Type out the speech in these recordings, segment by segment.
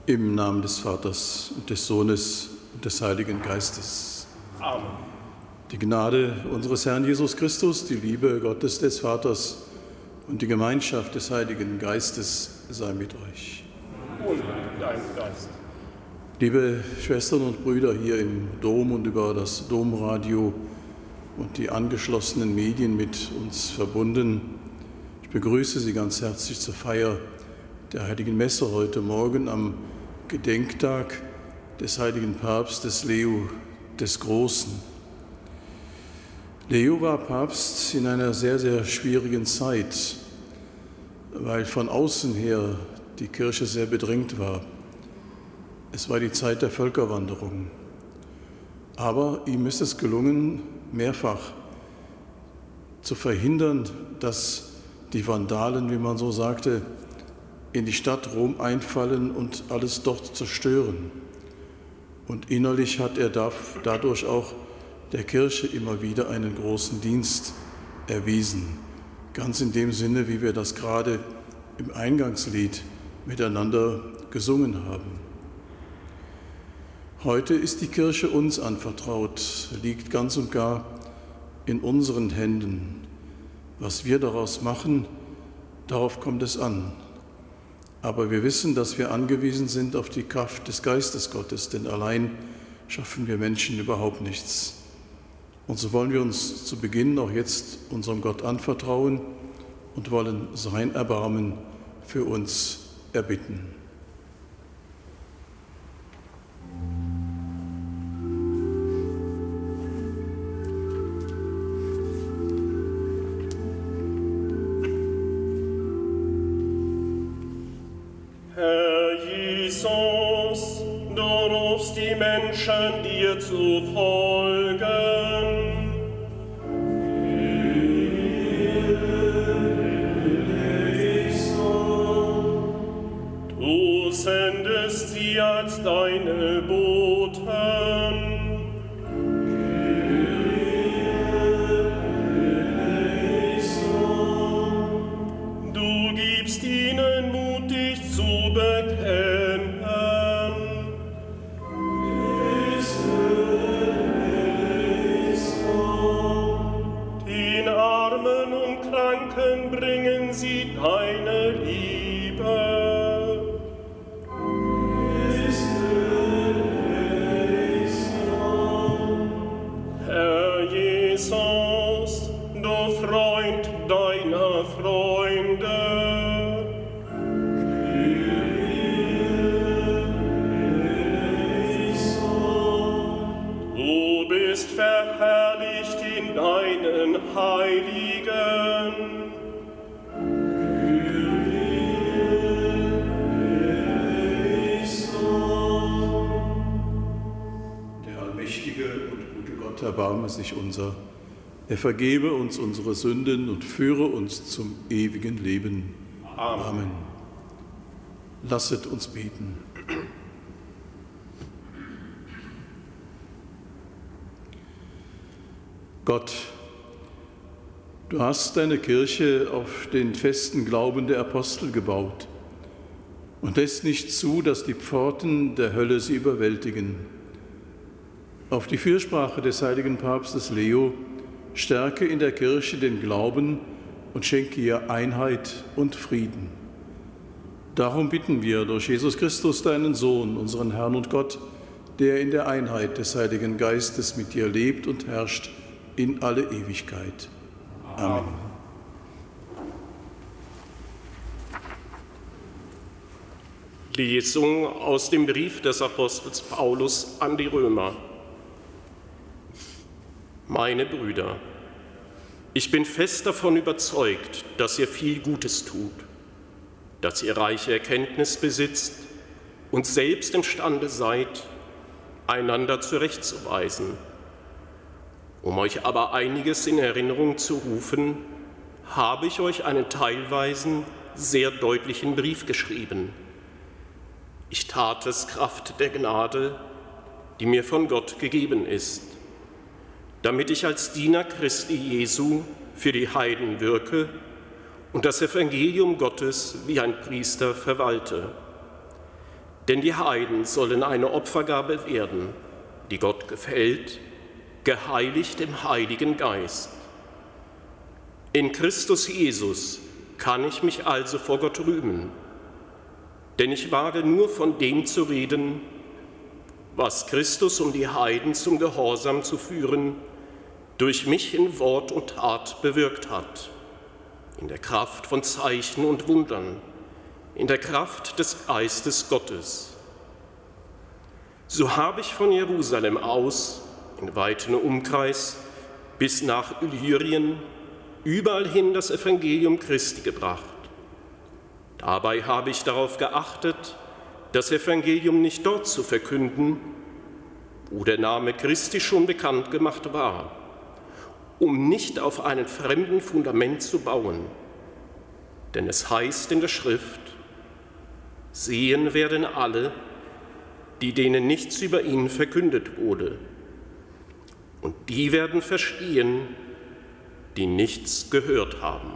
Im Namen des Vaters und des Sohnes und des Heiligen Geistes. Amen. Die Gnade unseres Herrn Jesus Christus, die Liebe Gottes des Vaters und die Gemeinschaft des Heiligen Geistes sei mit euch. Und dein Geist. Liebe Schwestern und Brüder hier im Dom und über das Domradio und die angeschlossenen Medien mit uns verbunden, ich begrüße Sie ganz herzlich zur Feier der Heiligen Messe heute Morgen am Gedenktag des heiligen Papstes Leo des Großen. Leo war Papst in einer sehr, sehr schwierigen Zeit, weil von außen her die Kirche sehr bedrängt war. Es war die Zeit der Völkerwanderung. Aber ihm ist es gelungen, mehrfach zu verhindern, dass die Vandalen, wie man so sagte, in die Stadt Rom einfallen und alles dort zerstören. Und innerlich hat er dadurch auch der Kirche immer wieder einen großen Dienst erwiesen. Ganz in dem Sinne, wie wir das gerade im Eingangslied miteinander gesungen haben. Heute ist die Kirche uns anvertraut, liegt ganz und gar in unseren Händen. Was wir daraus machen, darauf kommt es an. Aber wir wissen, dass wir angewiesen sind auf die Kraft des Geistes Gottes, denn allein schaffen wir Menschen überhaupt nichts. Und so wollen wir uns zu Beginn auch jetzt unserem Gott anvertrauen und wollen sein Erbarmen für uns erbitten. Die Menschen dir zu folgen. Du sendest sie als deine Boten. Du gibst ihnen Mut, dich zu bekennen. Bringen sie deine Liebe. Herr Jesus, du Freund deiner Freunde. Du bist verherrlicht in deinen Heiligen. Erbarme sich unser, er vergebe uns unsere Sünden und führe uns zum ewigen Leben. Amen. Amen. Lasset uns beten. Gott, du hast deine Kirche auf den festen Glauben der Apostel gebaut und lässt nicht zu, dass die Pforten der Hölle sie überwältigen. Auf die Fürsprache des heiligen Papstes Leo stärke in der Kirche den Glauben und schenke ihr Einheit und Frieden. Darum bitten wir durch Jesus Christus, deinen Sohn, unseren Herrn und Gott, der in der Einheit des Heiligen Geistes mit dir lebt und herrscht in alle Ewigkeit. Amen. Lesung aus dem Brief des Apostels Paulus an die Römer. Meine Brüder, ich bin fest davon überzeugt, dass ihr viel Gutes tut, dass ihr reiche Erkenntnis besitzt und selbst imstande seid, einander zurechtzuweisen. Um euch aber einiges in Erinnerung zu rufen, habe ich euch einen teilweisen, sehr deutlichen Brief geschrieben. Ich tat es Kraft der Gnade, die mir von Gott gegeben ist, damit ich als Diener Christi Jesu für die Heiden wirke und das Evangelium Gottes wie ein Priester verwalte. Denn die Heiden sollen eine Opfergabe werden, die Gott gefällt, geheiligt im Heiligen Geist. In Christus Jesus kann ich mich also vor Gott rühmen, denn ich wage nur von dem zu reden, was Christus, um die Heiden zum Gehorsam zu führen, durch mich in Wort und Tat bewirkt hat, in der Kraft von Zeichen und Wundern, in der Kraft des Geistes Gottes. So habe ich von Jerusalem aus, in weiten Umkreis, bis nach Illyrien, überall hin das Evangelium Christi gebracht. Dabei habe ich darauf geachtet, das Evangelium nicht dort zu verkünden, wo der Name Christi schon bekannt gemacht war, um nicht auf einem fremden Fundament zu bauen. Denn es heißt in der Schrift, sehen werden alle, denen nichts über ihn verkündet wurde. Und die werden verstehen, die nichts gehört haben.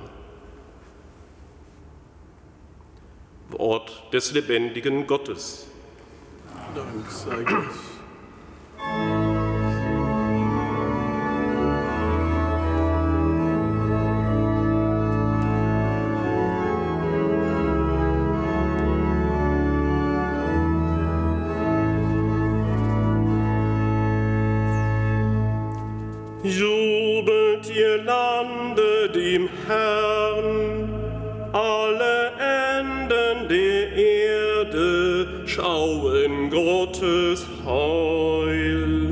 Wort des lebendigen Gottes. Dank sei Gott. Jubelt ihr Lande dem Herrn, alle Enden der Erde schauen Gottes Heil.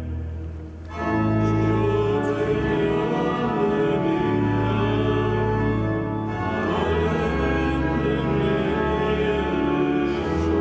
Jubelt ihr Lande dem Herrn, alle Enden der Erde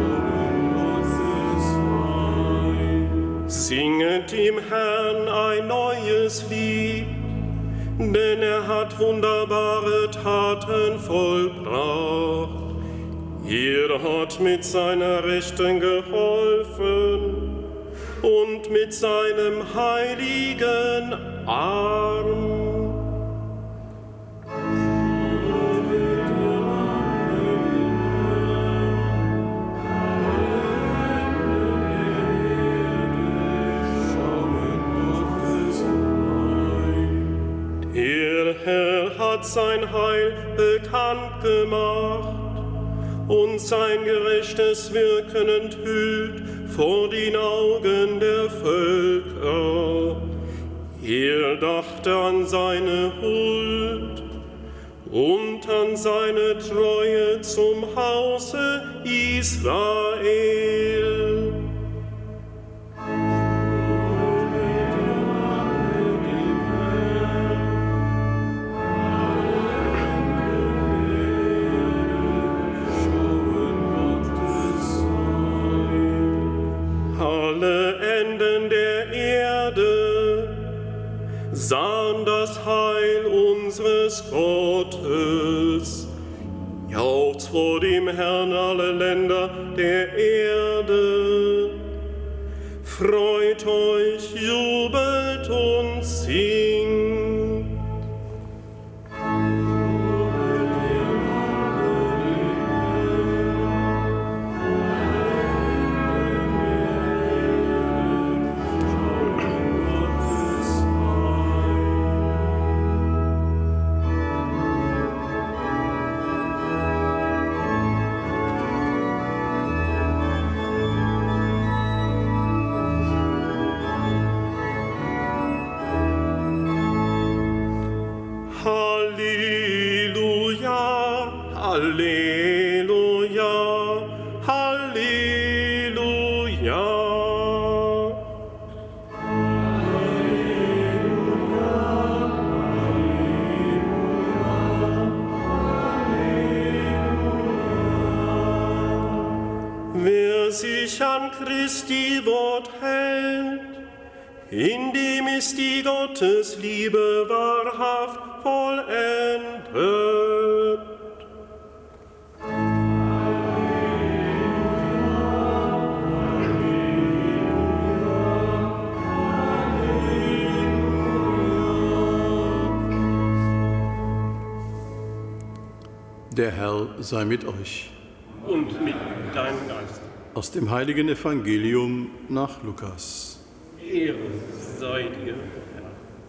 schauen Gottes Heil. Singet dem Herrn ein neues Lied, denn er hat wunderbare Taten vollbracht. Er hat mit seiner Rechten geholfen und mit seinem heiligen Arm. Der Herr hat sein Heil bekannt gemacht und sein gerechtes Wirken enthüllt vor den Augen der Völker. Er dachte an seine Huld und an seine Treue zum Hause Israel. Alle Enden der Erde sahen das Heil unseres Gottes. Jauchzt vor dem Herrn alle Länder der Erde. Freut euch, jubelt und singt. Sich an Christi Wort hält, in dem ist die Gottesliebe wahrhaft vollendet. Der Herr sei mit euch. Und mit deinem Geist. Aus dem heiligen Evangelium nach Lukas. Ehre sei dir, Herr.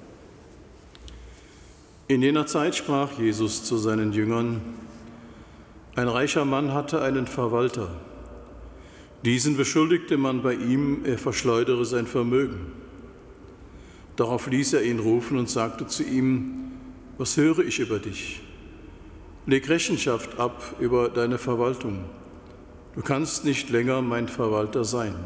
In jener Zeit sprach Jesus zu seinen Jüngern: Ein reicher Mann hatte einen Verwalter. Diesen beschuldigte man bei ihm, er verschleudere sein Vermögen. Darauf ließ er ihn rufen und sagte zu ihm: Was höre ich über dich? Leg Rechenschaft ab über deine Verwaltung. Du kannst nicht länger mein Verwalter sein.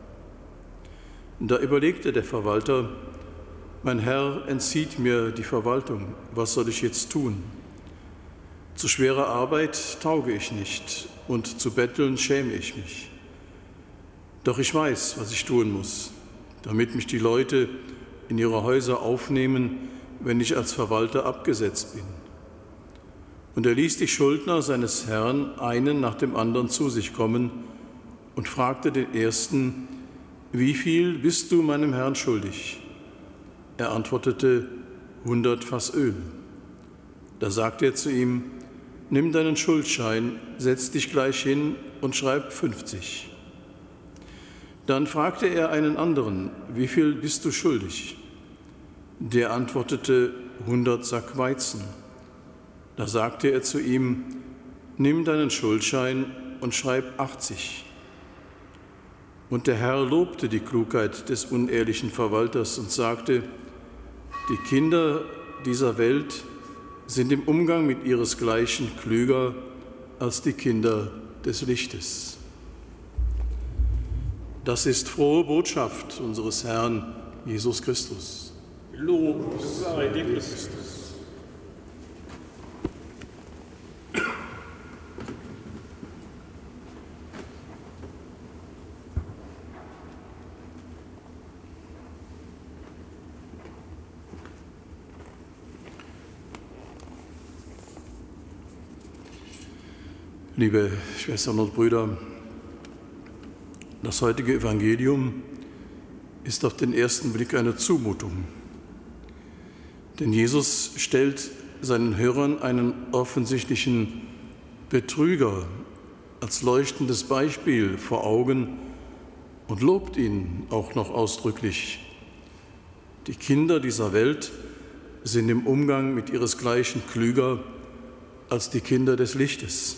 Da überlegte der Verwalter: Mein Herr entzieht mir die Verwaltung. Was soll ich jetzt tun? Zu schwerer Arbeit tauge ich nicht und zu betteln schäme ich mich. Doch ich weiß, was ich tun muss, damit mich die Leute in ihre Häuser aufnehmen, wenn ich als Verwalter abgesetzt bin. Und er ließ die Schuldner seines Herrn einen nach dem anderen zu sich kommen und fragte den ersten: Wie viel bist du meinem Herrn schuldig? Er antwortete: 100 Fass Öl. Da sagte er zu ihm: Nimm deinen Schuldschein, setz dich gleich hin und schreib 50. Dann fragte er einen anderen: Wie viel bist du schuldig? Der antwortete: 100 Sack Weizen. Da sagte er zu ihm: Nimm deinen Schuldschein und schreib 80. Und der Herr lobte die Klugheit des unehrlichen Verwalters und sagte: Die Kinder dieser Welt sind im Umgang mit ihresgleichen klüger als die Kinder des Lichtes. Das ist frohe Botschaft unseres Herrn Jesus Christus. Lob sei dir, Christus. Liebe Schwestern und Brüder, das heutige Evangelium ist auf den ersten Blick eine Zumutung. Denn Jesus stellt seinen Hörern einen offensichtlichen Betrüger als leuchtendes Beispiel vor Augen und lobt ihn auch noch ausdrücklich. Die Kinder dieser Welt sind im Umgang mit ihresgleichen klüger als die Kinder des Lichtes.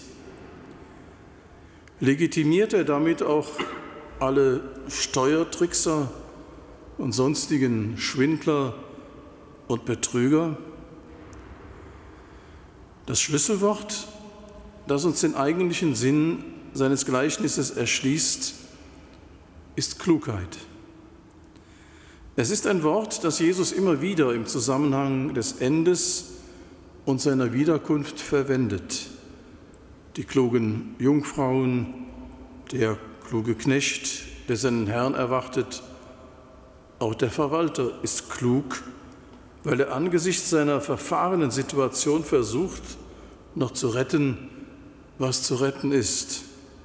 Legitimiert er damit auch alle Steuertrickser und sonstigen Schwindler und Betrüger? Das Schlüsselwort, das uns den eigentlichen Sinn seines Gleichnisses erschließt, ist Klugheit. Es ist ein Wort, das Jesus immer wieder im Zusammenhang des Endes und seiner Wiederkunft verwendet. Die klugen Jungfrauen, der kluge Knecht, der seinen Herrn erwartet. Auch der Verwalter ist klug, weil er angesichts seiner verfahrenen Situation versucht, noch zu retten, was zu retten ist.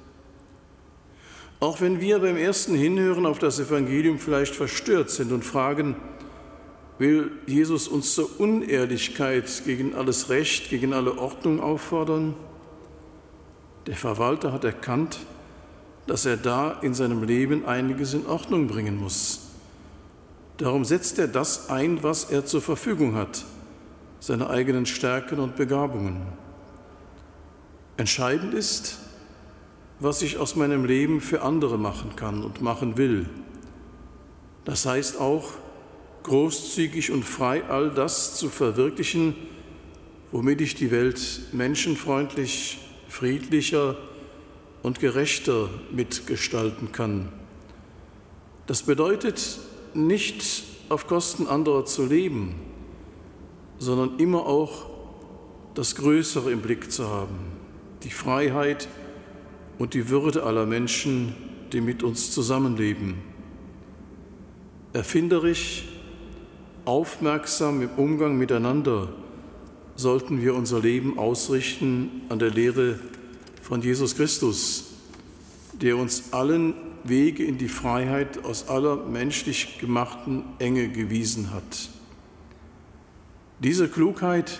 Auch wenn wir beim ersten Hinhören auf das Evangelium vielleicht verstört sind und fragen: Will Jesus uns zur Unehrlichkeit gegen alles Recht, gegen alle Ordnung auffordern? Der Verwalter hat erkannt, dass er da in seinem Leben einiges in Ordnung bringen muss. Darum setzt er das ein, was er zur Verfügung hat, seine eigenen Stärken und Begabungen. Entscheidend ist, was ich aus meinem Leben für andere machen kann und machen will. Das heißt auch, großzügig und frei all das zu verwirklichen, womit ich die Welt menschenfreundlich, friedlicher und gerechter mitgestalten kann. Das bedeutet, nicht auf Kosten anderer zu leben, sondern immer auch das Größere im Blick zu haben, die Freiheit und die Würde aller Menschen, die mit uns zusammenleben. Erfinderisch, aufmerksam im Umgang miteinander sollten wir unser Leben ausrichten an der Lehre von Jesus Christus, der uns allen Wege in die Freiheit aus aller menschlich gemachten Enge gewiesen hat. Diese Klugheit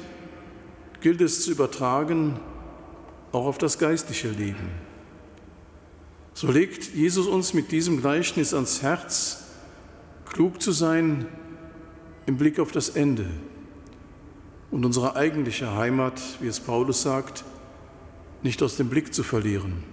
gilt es zu übertragen, auch auf das geistliche Leben. So legt Jesus uns mit diesem Gleichnis ans Herz, klug zu sein im Blick auf das Ende und unsere eigentliche Heimat, wie es Paulus sagt, nicht aus dem Blick zu verlieren.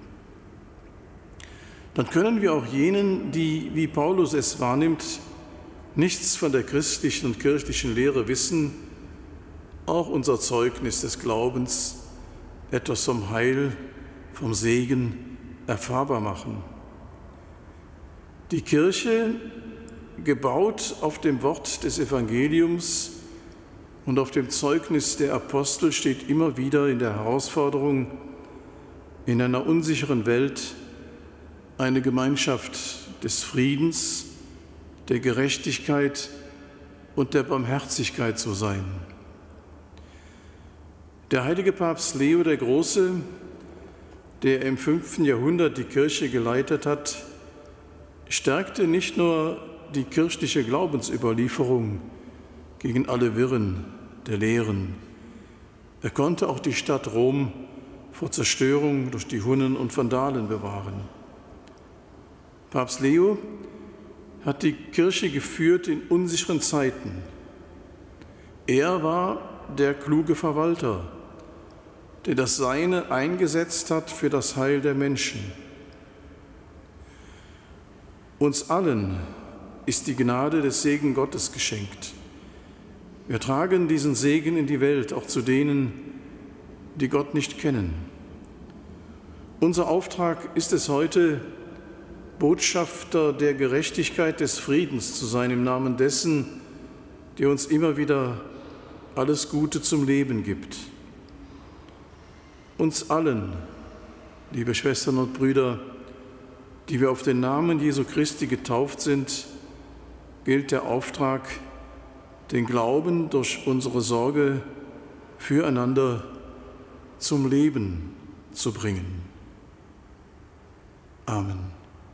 Dann können wir auch jenen, die, wie Paulus es wahrnimmt, nichts von der christlichen und kirchlichen Lehre wissen, auch unser Zeugnis des Glaubens, etwas vom Heil, vom Segen erfahrbar machen. Die Kirche, gebaut auf dem Wort des Evangeliums und auf dem Zeugnis der Apostel, steht immer wieder in der Herausforderung, in einer unsicheren Welt eine Gemeinschaft des Friedens, der Gerechtigkeit und der Barmherzigkeit zu sein. Der heilige Papst Leo der Große, der im 5. Jahrhundert die Kirche geleitet hat, stärkte nicht nur die kirchliche Glaubensüberlieferung gegen alle Wirren der Lehren. Er konnte auch die Stadt Rom vor Zerstörung durch die Hunnen und Vandalen bewahren. Papst Leo hat die Kirche geführt in unsicheren Zeiten. Er war der kluge Verwalter, der das Seine eingesetzt hat für das Heil der Menschen. Uns allen ist die Gnade des Segen Gottes geschenkt. Wir tragen diesen Segen in die Welt, auch zu denen, die Gott nicht kennen. Unser Auftrag ist es heute, Botschafter der Gerechtigkeit, des Friedens zu sein, im Namen dessen, der uns immer wieder alles Gute zum Leben gibt. Uns allen, liebe Schwestern und Brüder, die wir auf den Namen Jesu Christi getauft sind, gilt der Auftrag, den Glauben durch unsere Sorge füreinander zum Leben zu bringen. Amen.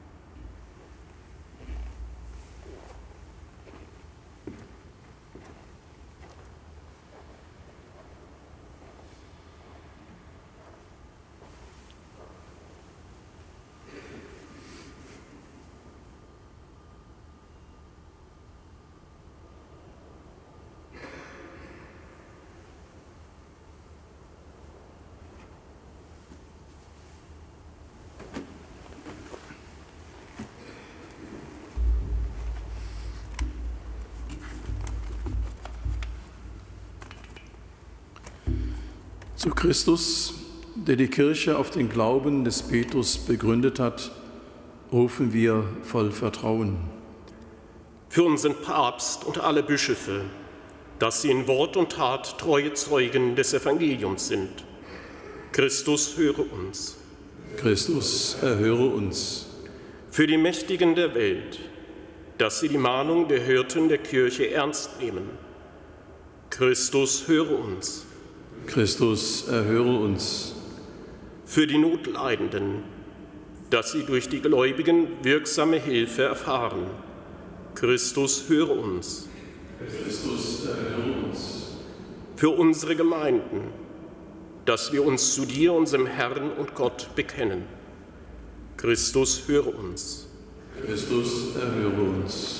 Zu Christus, der die Kirche auf den Glauben des Petrus begründet hat, rufen wir voll Vertrauen. Für unseren Papst und alle Bischöfe, dass sie in Wort und Tat treue Zeugen des Evangeliums sind. Christus, höre uns. Christus, erhöre uns. Für die Mächtigen der Welt, dass sie die Mahnung der Hirten der Kirche ernst nehmen. Christus, höre uns. Christus, erhöre uns. Für die Notleidenden, dass sie durch die Gläubigen wirksame Hilfe erfahren. Christus, höre uns. Christus, erhöre uns. Für unsere Gemeinden, dass wir uns zu dir, unserem Herrn und Gott, bekennen. Christus, höre uns. Christus, erhöre uns.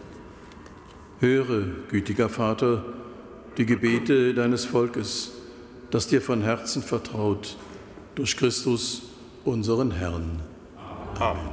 Höre, gütiger Vater, die Gebete deines Volkes, das dir von Herzen vertraut, durch Christus, unseren Herrn. Amen.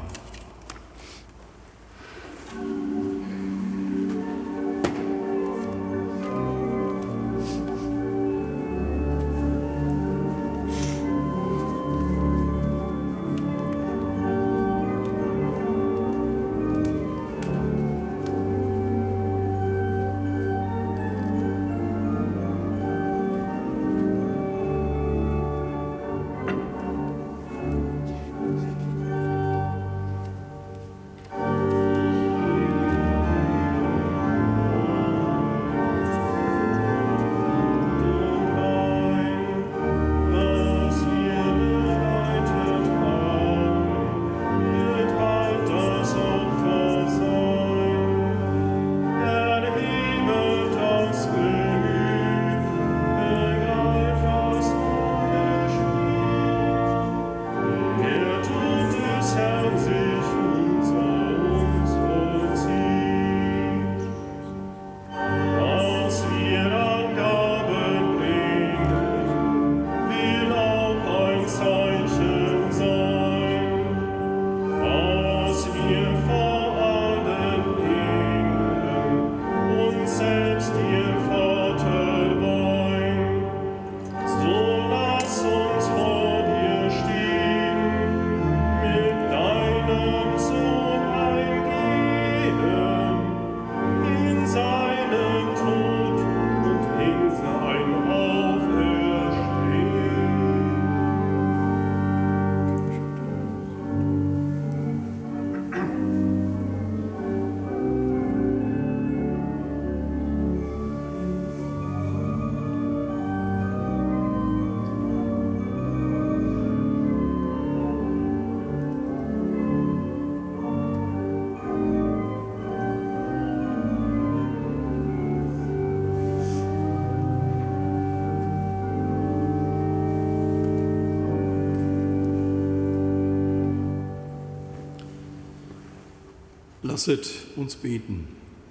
Lasset uns beten.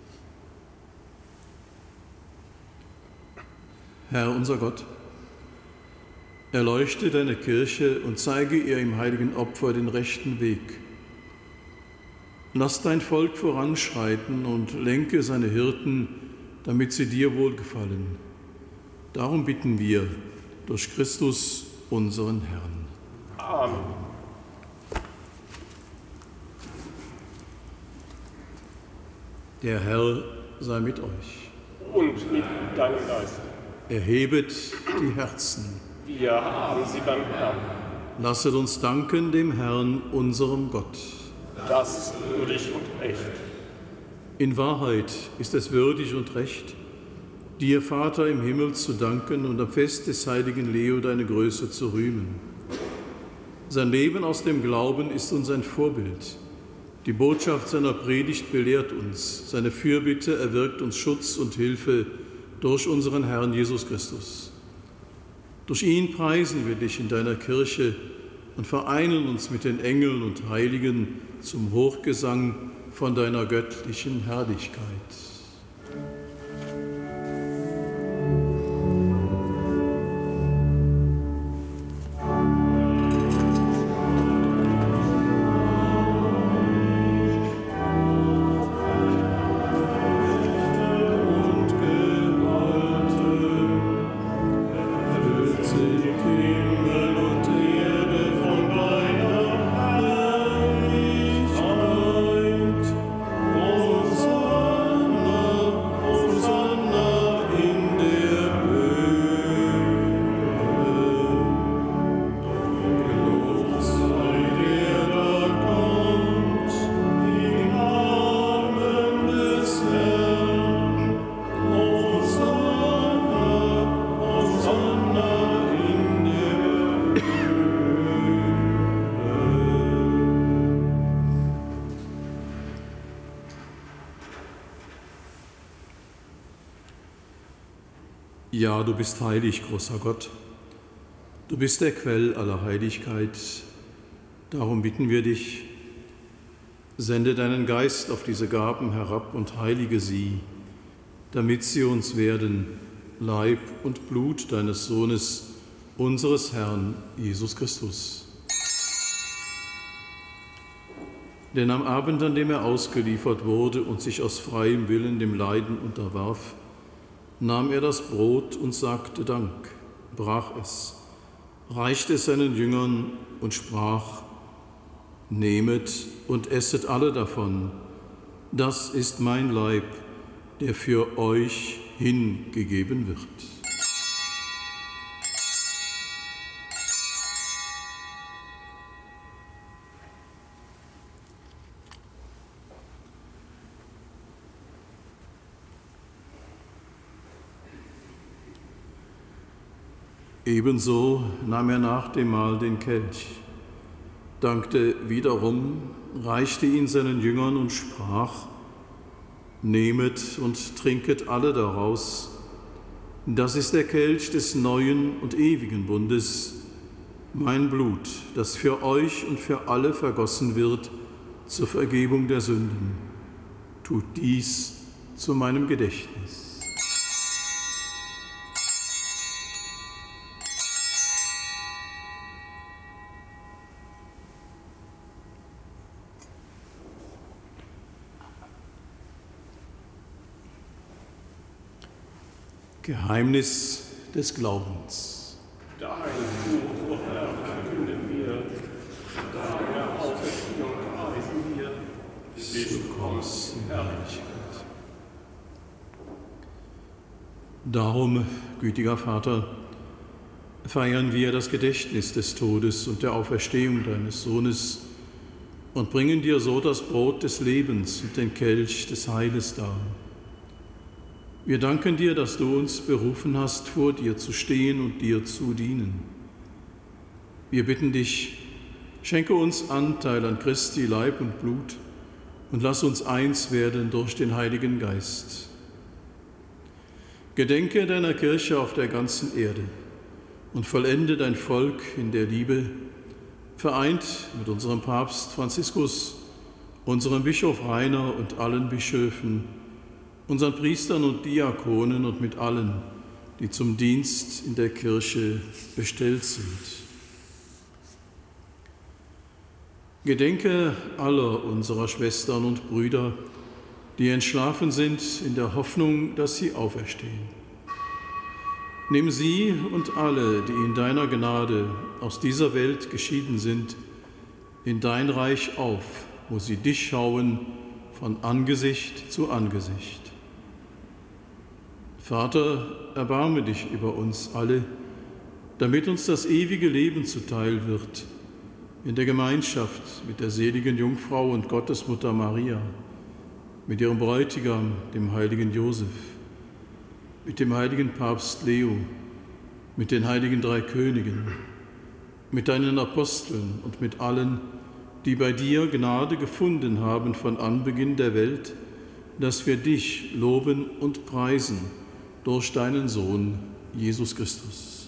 Herr unser Gott, erleuchte deine Kirche und zeige ihr im heiligen Opfer den rechten Weg. Lass dein Volk voranschreiten und lenke seine Hirten, damit sie dir wohlgefallen. Darum bitten wir durch Christus, unseren Herrn. Amen. Der Herr sei mit euch. Und mit deinem Geist. Erhebet die Herzen. Wir haben sie beim Herrn. Lasset uns danken dem Herrn, unserem Gott. Das ist würdig und recht. In Wahrheit ist es würdig und recht, dir, Vater im Himmel, zu danken und am Fest des heiligen Leo deine Größe zu rühmen. Sein Leben aus dem Glauben ist uns ein Vorbild. Die Botschaft seiner Predigt belehrt uns, seine Fürbitte erwirkt uns Schutz und Hilfe durch unseren Herrn Jesus Christus. Durch ihn preisen wir dich in deiner Kirche und vereinen uns mit den Engeln und Heiligen zum Hochgesang von deiner göttlichen Herrlichkeit. Ja, du bist heilig, großer Gott. Du bist der Quell aller Heiligkeit. Darum bitten wir dich, sende deinen Geist auf diese Gaben herab und heilige sie, damit sie uns werden, Leib und Blut deines Sohnes, unseres Herrn Jesus Christus. Denn am Abend, an dem er ausgeliefert wurde und sich aus freiem Willen dem Leiden unterwarf, nahm er das Brot und sagte Dank, brach es, reichte es seinen Jüngern und sprach: Nehmet und esset alle davon, das ist mein Leib, der für euch hingegeben wird. Ebenso nahm er nach dem Mahl den Kelch, dankte wiederum, reichte ihn seinen Jüngern und sprach: Nehmet und trinket alle daraus, das ist der Kelch des neuen und ewigen Bundes, mein Blut, das für euch und für alle vergossen wird zur Vergebung der Sünden. Tut dies zu meinem Gedächtnis. Geheimnis des Glaubens. Dein Tod, o Herr, verkünden wir, deine Auferstehung preisen wir, bis du kommst in Herrlichkeit. Darum, gütiger Vater, feiern wir das Gedächtnis des Todes und der Auferstehung deines Sohnes und bringen dir so das Brot des Lebens und den Kelch des Heiles dar. Wir danken dir, dass du uns berufen hast, vor dir zu stehen und dir zu dienen. Wir bitten dich, schenke uns Anteil an Christi Leib und Blut und lass uns eins werden durch den Heiligen Geist. Gedenke deiner Kirche auf der ganzen Erde und vollende dein Volk in der Liebe, vereint mit unserem Papst Franziskus, unserem Bischof Rainer und allen Bischöfen, unseren Priestern und Diakonen und mit allen, die zum Dienst in der Kirche bestellt sind. Gedenke aller unserer Schwestern und Brüder, die entschlafen sind in der Hoffnung, dass sie auferstehen. Nimm sie und alle, die in deiner Gnade aus dieser Welt geschieden sind, in dein Reich auf, wo sie dich schauen von Angesicht zu Angesicht. Vater, erbarme dich über uns alle, damit uns das ewige Leben zuteil wird, in der Gemeinschaft mit der seligen Jungfrau und Gottesmutter Maria, mit ihrem Bräutigam, dem heiligen Josef, mit dem heiligen Papst Leo, mit den heiligen drei Königen, mit deinen Aposteln und mit allen, die bei dir Gnade gefunden haben von Anbeginn der Welt, dass wir dich loben und preisen durch deinen Sohn, Jesus Christus.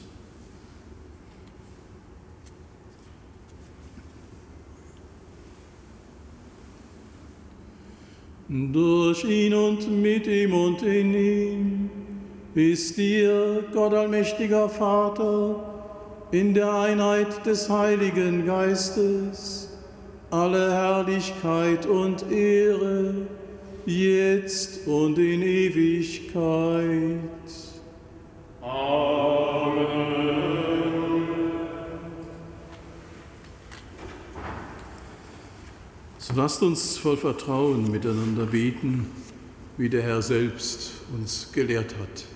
Durch ihn und mit ihm und in ihm ist dir, Gott allmächtiger Vater, in der Einheit des Heiligen Geistes, alle Herrlichkeit und Ehre, jetzt und in Ewigkeit. Amen. So lasst uns voll Vertrauen miteinander beten, wie der Herr selbst uns gelehrt hat.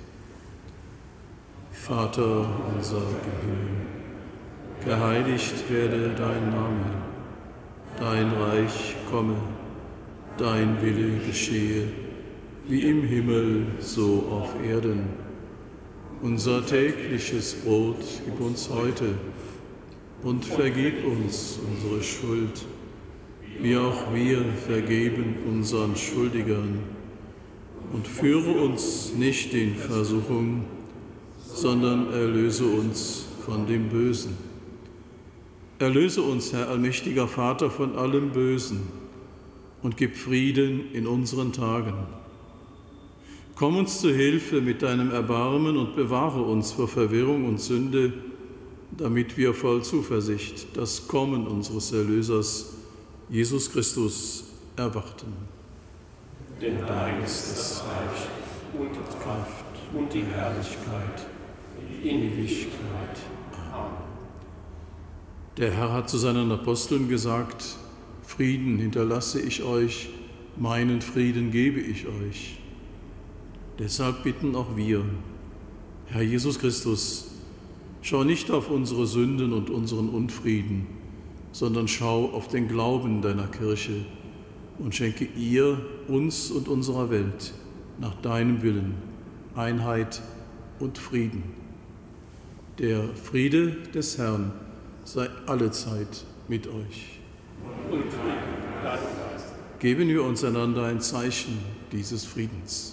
Vater unser im Himmel, geheiligt werde dein Name, dein Reich komme, dein Wille geschehe, wie im Himmel, so auf Erden. Unser tägliches Brot gib uns heute und vergib uns unsere Schuld, wie auch wir vergeben unseren Schuldigern. Und führe uns nicht in Versuchung, sondern erlöse uns von dem Bösen. Erlöse uns, Herr allmächtiger Vater, von allem Bösen und gib Frieden in unseren Tagen. Komm uns zu Hilfe mit deinem Erbarmen und bewahre uns vor Verwirrung und Sünde, damit wir voll Zuversicht das Kommen unseres Erlösers, Jesus Christus, erwarten. Denn dein ist das Reich und die Kraft und die Herrlichkeit in Ewigkeit. Amen. Der Herr hat zu seinen Aposteln gesagt: Frieden hinterlasse ich euch, meinen Frieden gebe ich euch. Deshalb bitten auch wir, Herr Jesus Christus, schau nicht auf unsere Sünden und unseren Unfrieden, sondern schau auf den Glauben deiner Kirche und schenke ihr, uns und unserer Welt nach deinem Willen Einheit und Frieden. Der Friede des Herrn sei allezeit mit euch. Und mit deinem Geist. Geben wir uns einander ein Zeichen dieses Friedens.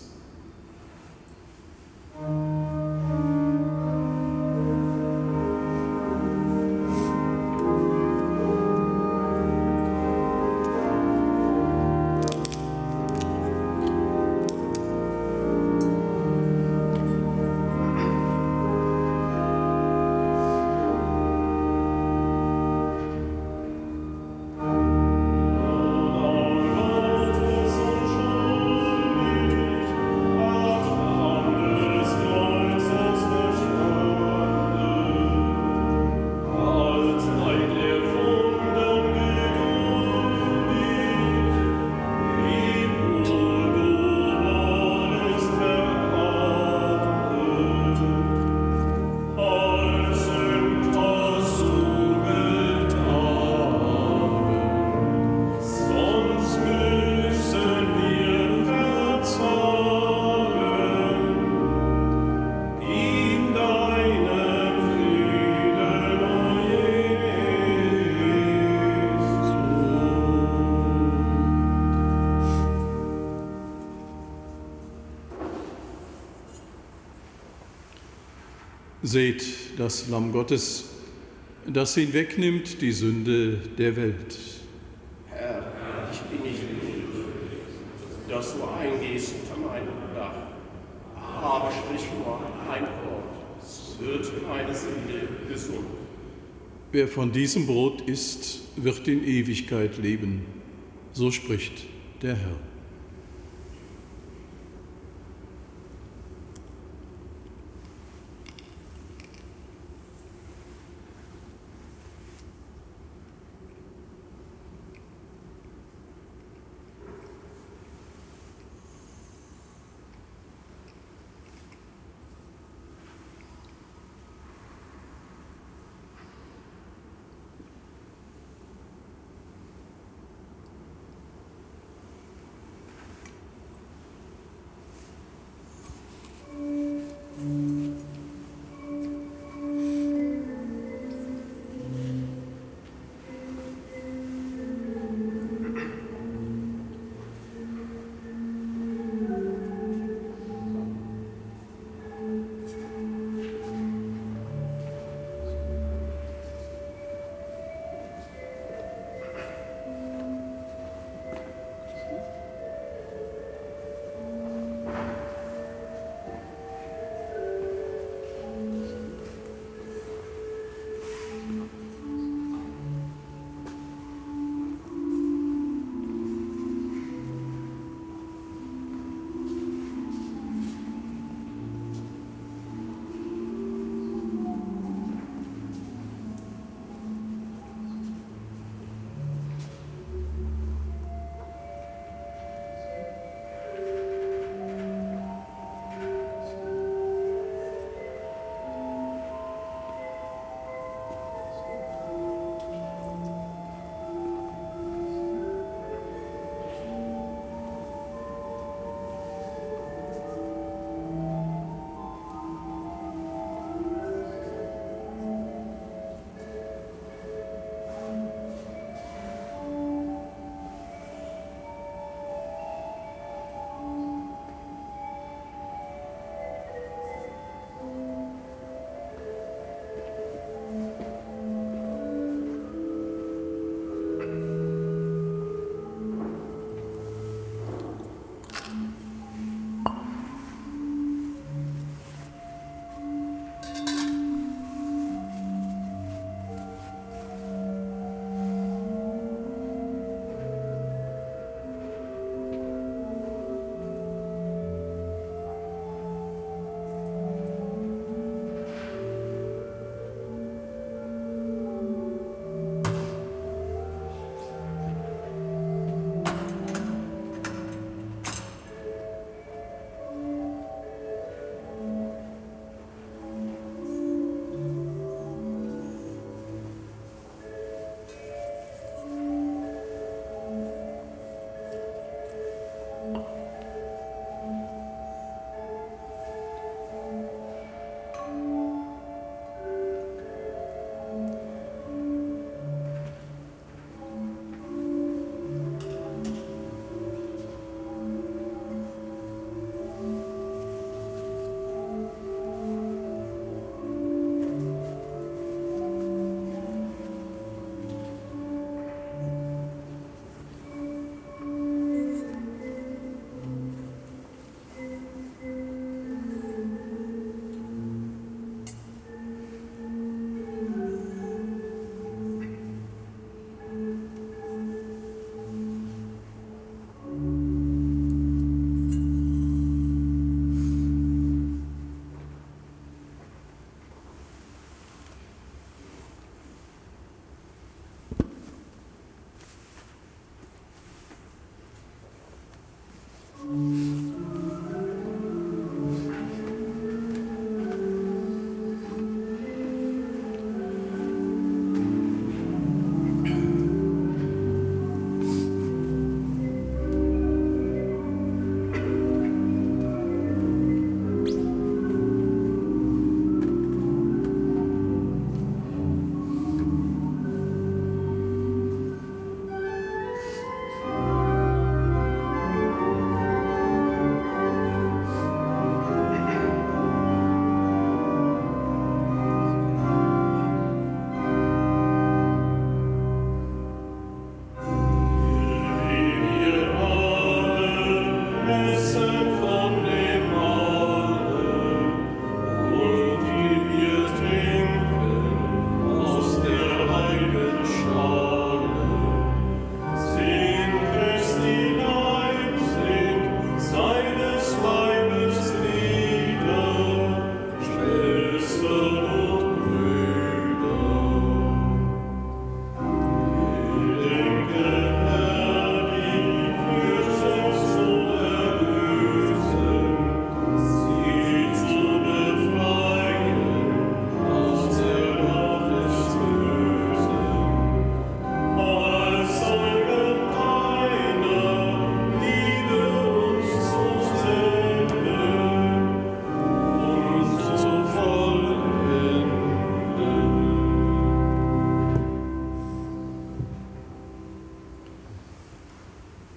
Seht das Lamm Gottes, das hinwegnimmt die Sünde der Welt. Herr, ich bin nicht würdig, dass du eingehst unter meinem Dach. Aber sprich nur ein Wort, es wird meine Seele gesund. Wer von diesem Brot isst, wird in Ewigkeit leben. So spricht der Herr.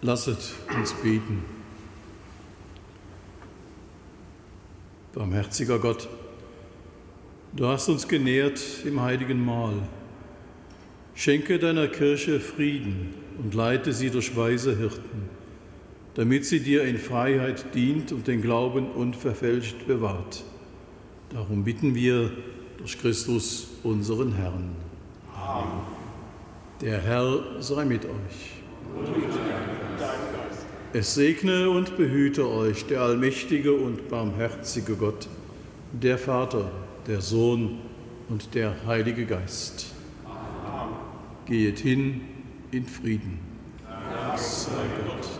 Lasset uns beten. Barmherziger Gott, du hast uns genährt im heiligen Mahl. Schenke deiner Kirche Frieden und leite sie durch weise Hirten, damit sie dir in Freiheit dient und den Glauben unverfälscht bewahrt. Darum bitten wir durch Christus, unseren Herrn. Amen. Der Herr sei mit euch. Es segne und behüte euch der allmächtige und barmherzige Gott, der Vater, der Sohn und der Heilige Geist. Amen. Geht hin in Frieden. Dank sei Gott.